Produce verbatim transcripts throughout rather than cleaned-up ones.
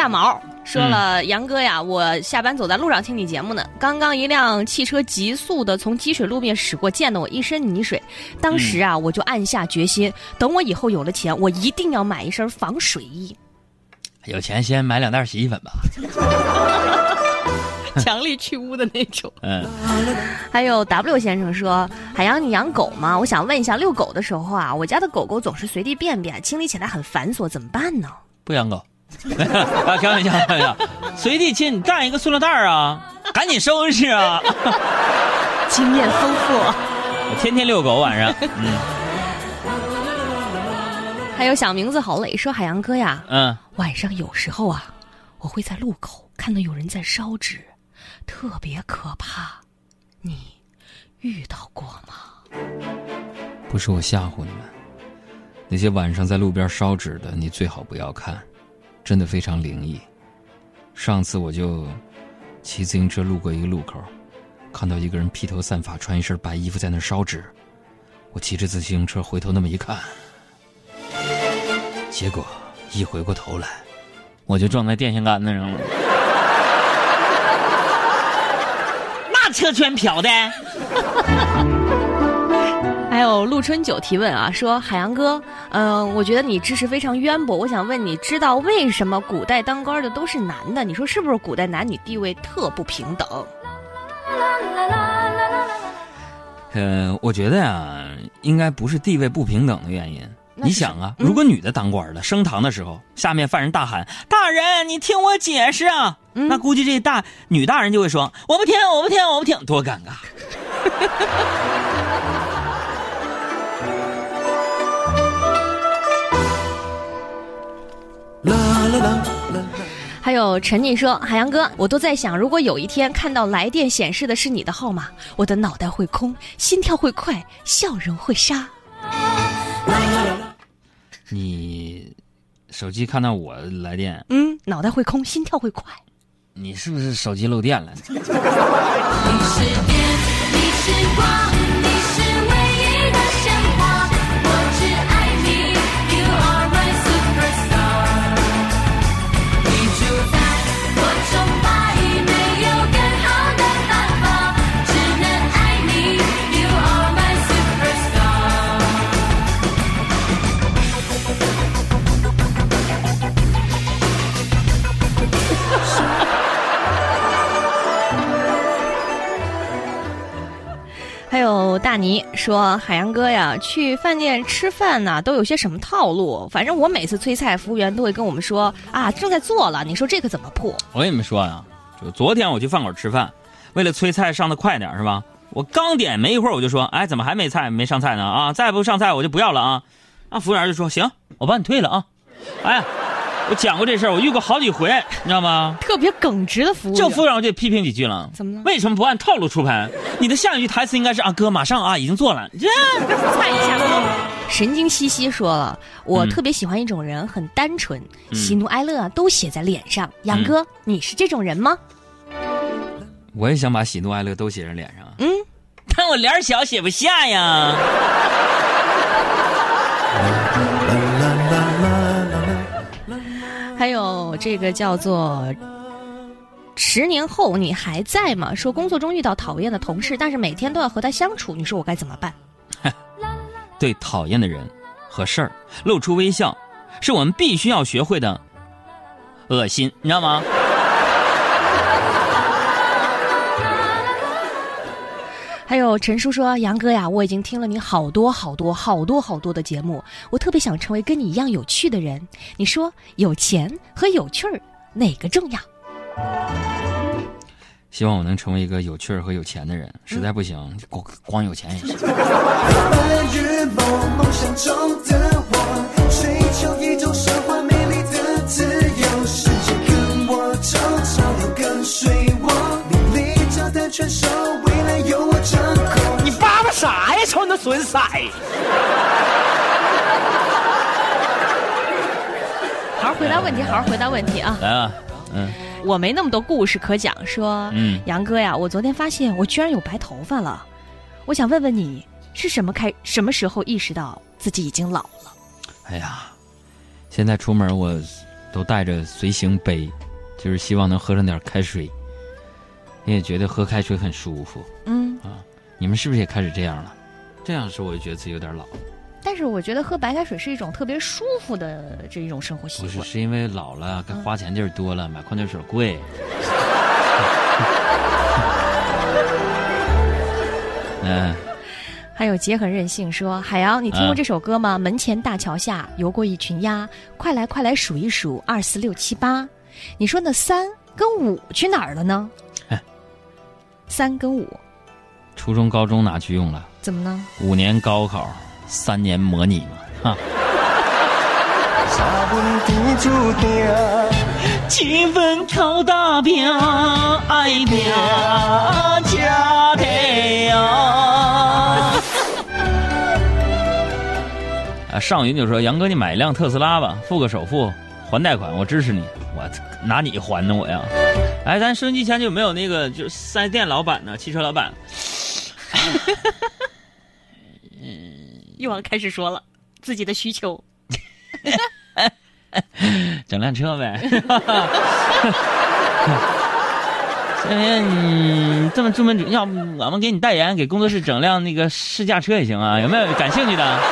大毛说了，杨哥呀，我下班走在路上听你节目呢，刚刚一辆汽车急速的从积水路面驶过，溅得我一身泥水。当时啊，我就暗下决心，等我以后有了钱，我一定要买一身防水衣。 有钱先买两袋洗衣粉吧。 强力去污的那种。 嗯， 还有 W 先生说，海洋你养狗吗？我想问一下，遛狗的时候啊，我家的狗狗总是随地便便，清理起来很繁琐，怎么办呢？ 不养狗。啊，开玩笑，开玩笑，随地亲，你干一个塑料袋啊，赶紧收拾啊。 经验丰富， 我天天遛狗晚上。嗯。 还有小名字好磊说，海洋哥呀， 嗯， 晚上有时候啊，我会在路口看到有人在烧纸，特别可怕，你遇到过吗？ 不是我吓唬你们，那些晚上在路边烧纸的，你最好不要看，真的非常灵异。上次我就骑自行车路过一个路口，看到一个人披头散发，穿一身白衣服在那烧纸，我骑着自行车回头那么一看，结果一回过头来，我就撞在电线杆子上了。那车圈飘的。 还有陆春九提问啊，说海洋哥，嗯、呃，我觉得你知识非常渊博，我想问你，知道为什么古代当官的都是男的？你说是不是古代男女地位特不平等？ 呃，我觉得呀，应该不是地位不平等的原因。你想啊，嗯、如果女的当官的升堂的时候，下面犯人大喊：“大人，你听我解释啊！”嗯、那估计这大女大人就会说：“我不听，我不听，我不听。”多尴尬。 还有陈妮说，海洋哥，我都在想，如果有一天看到来电显示的是你的号码，我的脑袋会空，心跳会快，笑容会沙。 你手机看到我来电， 嗯，脑袋会空，心跳会快。 你是不是手机漏电了？ 你是电，你是光，你是唯一的鲜花，我只爱你 You are my superstar。 你主宰，我崇拜，没有更好的办法，只能爱你 You are my superstar。 还有大尼说，海洋哥呀，去饭店吃饭呢、啊、都有些什么套路？反正我每次催菜，服务员都会跟我们说啊，正在做了，你说这个怎么破？ 我跟你们说呀，就昨天我去饭馆吃饭，为了催菜上的快点是吧，我刚点没一会儿我就说，哎，怎么还没菜没上菜呢啊？再不上菜我就不要了啊！那服务员就说，行，我帮你退了啊。哎，我讲过这事儿，我遇过好几回，你知道吗？ 特别耿直的服务员， 这服务员我就批评几句了。 怎么了？ 为什么不按套路出牌？你的下一句台词应该是啊，哥马上啊，已经做了。这菜一下子神经兮兮说了，我特别喜欢一种人，很单纯，嗯、喜怒哀乐啊都写在脸上。杨哥，嗯、你是这种人吗？ 我也想把喜怒哀乐都写在脸上， 嗯， 但我脸小写不下呀。 还有这个叫做十年后你还在吗？说工作中遇到讨厌的同事，但是每天都要和他相处，你说我该怎么办？ 对讨厌的人和事儿露出微笑，是我们必须要学会的恶心，你知道吗？ 还有陈叔说，杨哥呀，我已经听了你好多好多好多好多的节目，我特别想成为跟你一样有趣的人，你说有钱和有趣儿哪个重要？ 希望我能成为一个有趣儿和有钱的人，实在不行光光有钱也行。 白日梦梦想中的我，追求一种奢华美丽的自由，世界跟我走，潮流跟随我，你立着的全手，未来由我掌控。 你爸爸啥呀？瞅你那损色！ 好好回答问题，好好回答问题啊！ 来啊，嗯。 我没那么多故事可讲，说， 嗯， 杨哥呀，我昨天发现我居然有白头发了，我想问问你，是什么开什么时候意识到自己已经老了？ 哎呀，现在出门我都带着随行杯，就是希望能喝上点开水，也觉得喝开水很舒服。 嗯啊，你们是不是也开始这样了？这样说我就觉得自己有点老。 但是我觉得喝白开水是一种特别舒服的这一种生活习不是， 惯。 是因为老了，该花钱地儿多了，买矿泉水贵。嗯。 还有杰很任性说：“海洋，你听过这首歌吗？ 嗯、 门前大桥下游过一群鸭，快来快来数一数，二四六七八。你说那三跟五去哪儿了呢？三跟五， 初中高中拿去用了？ 怎么呢？ 五年高考，三年模拟嘛，哈。 七分靠大表，爱表家的呀。 啊，上云就说：“杨哥，你买一辆特斯拉吧，付个首付，还贷款，我支持你。我拿你还呢，我呀。”哎，咱收音机前就有没有那个就是四 S 店老板呢？汽车老板。 又要开始说了自己的需求。 整辆车呗。嗯，这么这么，要不我们给你代言，给工作室整辆那个试驾车也行啊？有没有感兴趣的？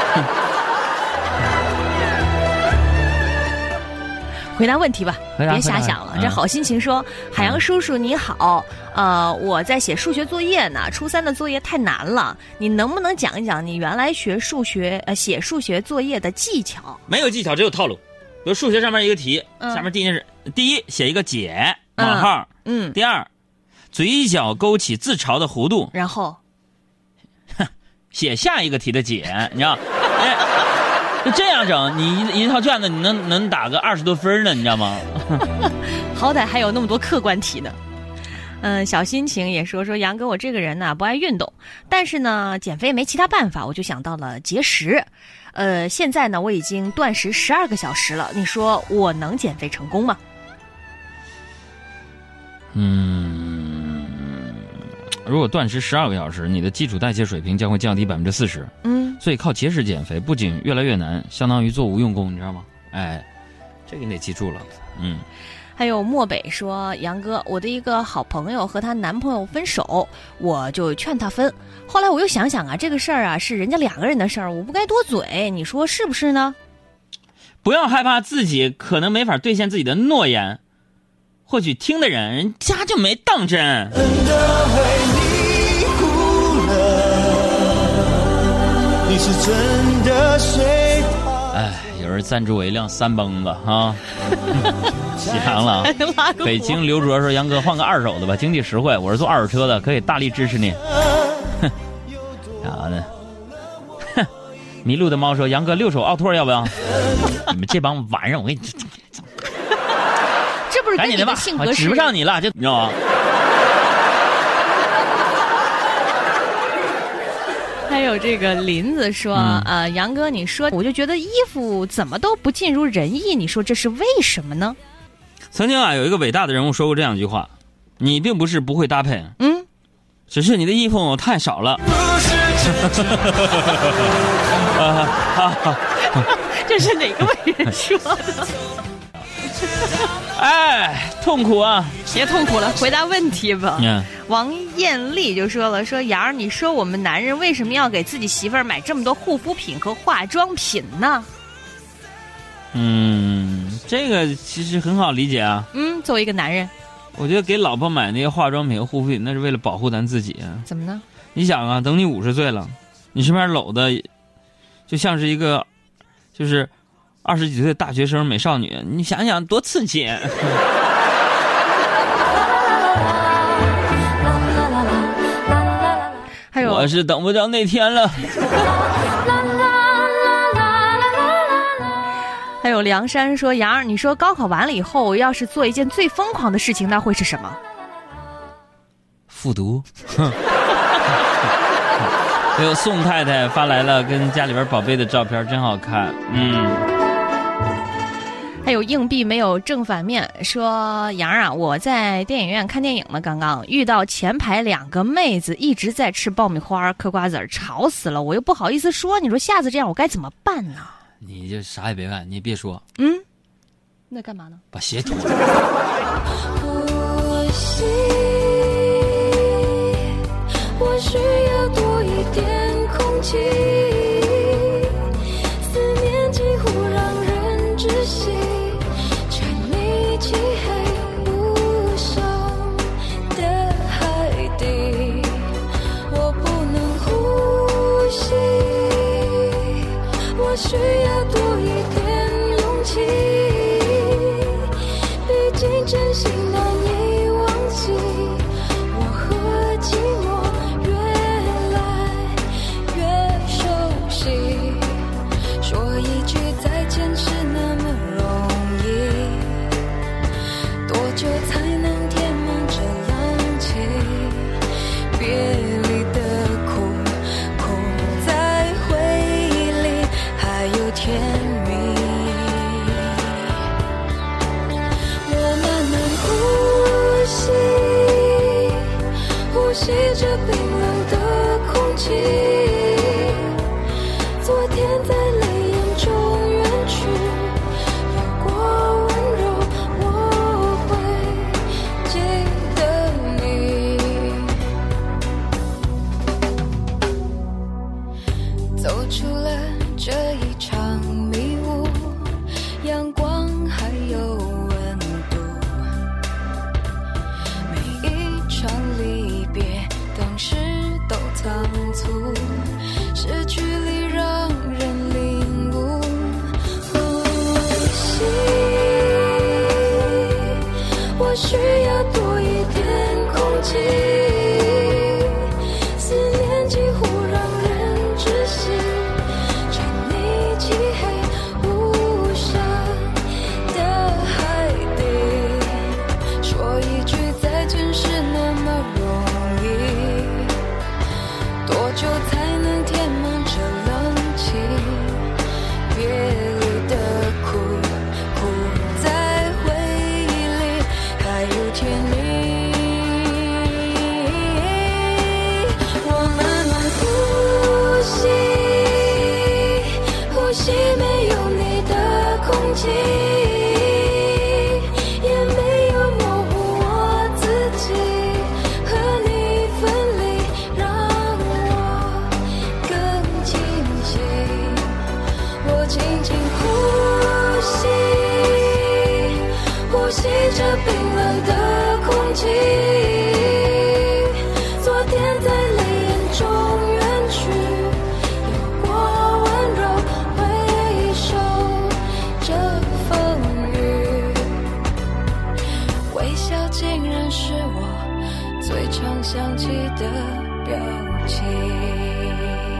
回答问题吧， 别瞎想了。这好心情说：“ 嗯、 海洋叔叔你好，呃，我在写数学作业呢，初三的作业太难了，你能不能讲一讲你原来学数学呃写数学作业的技巧？” 没有技巧，只有套路。比如数学上面一个题， 嗯、 下面第一件事：第一，写一个解冒号， 嗯； 第二，嘴角勾起自嘲的弧度， 然后， 写下一个题的解，你知道？哎。就这样整，你一一套卷子你能能打个二十多分呢，你知道吗？ 好歹还有那么多客观题呢。嗯，小心情也说说杨哥，我这个人呢不爱运动，但是呢减肥没其他办法，我就想到了节食。呃，现在呢我已经断食十二个小时了，你说我能减肥成功吗？ 嗯，如果断食十二个小时，你的基础代谢水平将会降低百分之四十。 嗯。 所以靠节食减肥不仅越来越难，相当于做无用功，你知道吗？哎，这个你得记住了。嗯， 还有漠北说：“杨哥，我的一个好朋友和她男朋友分手，我就劝她分。后来我又想想啊，这个事儿啊是人家两个人的事儿，我不该多嘴，你说是不是呢？” 不要害怕自己可能没法兑现自己的诺言，或许听的人人家就没当真。 你是真的睡哎，有人赞助我一辆三蹦子啊，启航了。北京刘卓说：“杨哥，换个二手的吧，经济实惠。我是做二手车的，可以大力支持你。”哼，啥呢？哼，迷路的猫说：“杨哥，六手奥拓要不要？”你们这帮玩意儿，我跟你这不是跟你的性格是指不上你了，就你知道吗？ 还有这个林子说：“ 嗯、 呃，杨哥，你说，我就觉得衣服怎么都不尽如人意，你说这是为什么呢？” 曾经啊，有一个伟大的人物说过这样一句话：“你并不是不会搭配， 嗯， 只是你的衣服太少了。” 这是哪个伟人说的？ 哎，痛苦啊！ 别痛苦了，回答问题吧。 嗯， 王艳丽就说了：“说杨儿，你说我们男人为什么要给自己媳妇儿买这么多护肤品和化妆品呢？” 嗯，这个其实很好理解啊。 嗯，作为一个男人， 我觉得给老婆买那些化妆品和护肤品，那是为了保护咱自己啊。 怎么呢？ 你想啊，等你五十岁了，你身边搂的就像是一个，就是二十几岁的大学生美少女，你想想多刺激！ 还有， 我是等不着那天了。 还有梁山说：“杨儿，你说高考完了以后，要是做一件最疯狂的事情，那会是什么？” 复读。还有宋太太发来了跟家里边宝贝的照片，真好看。嗯。 还有硬币没有正反面说：“杨儿啊，我在电影院看电影呢，刚刚遇到前排两个妹子一直在吃爆米花、嗑瓜子儿，吵死了，我又不好意思说，你说下次这样我该怎么办呢？” 你就啥也别干，你别说。 嗯， 那干嘛呢？ 把鞋脱了。 呼吸，我需要多一点空气，思念几乎让人窒息，沉溺漆黑无声的海底，我不能呼吸，我需要多一点勇气，毕竟真心难以忘记，我和寂寞越来越熟悉，说一句再见是那么容易，多久才能填满这冷气，别离的苦苦在回忆里还有甜蜜，我慢慢呼吸，呼吸着冰冷的空气，昨天在泪眼中远去，有过温柔我会记得你，走出了这一场迷雾，阳光还有温度，每一场离别当时都仓促，失去里让人领悟，呼吸，我需要多一点空气，思念几乎让人窒息，沉溺漆黑无声的海底，说一句再见是那么容易，多久才能填满这冷气，别离的苦苦在回忆里还有甜蜜，我慢慢呼吸，呼吸没有你的空气，也没有模糊我自己，和你分离让我更清晰，我轻轻呼吸，呼吸着冰冷的空气，昨天在泪眼中远去，有过温柔回首这风雨，微笑竟然是我最常想起的表情。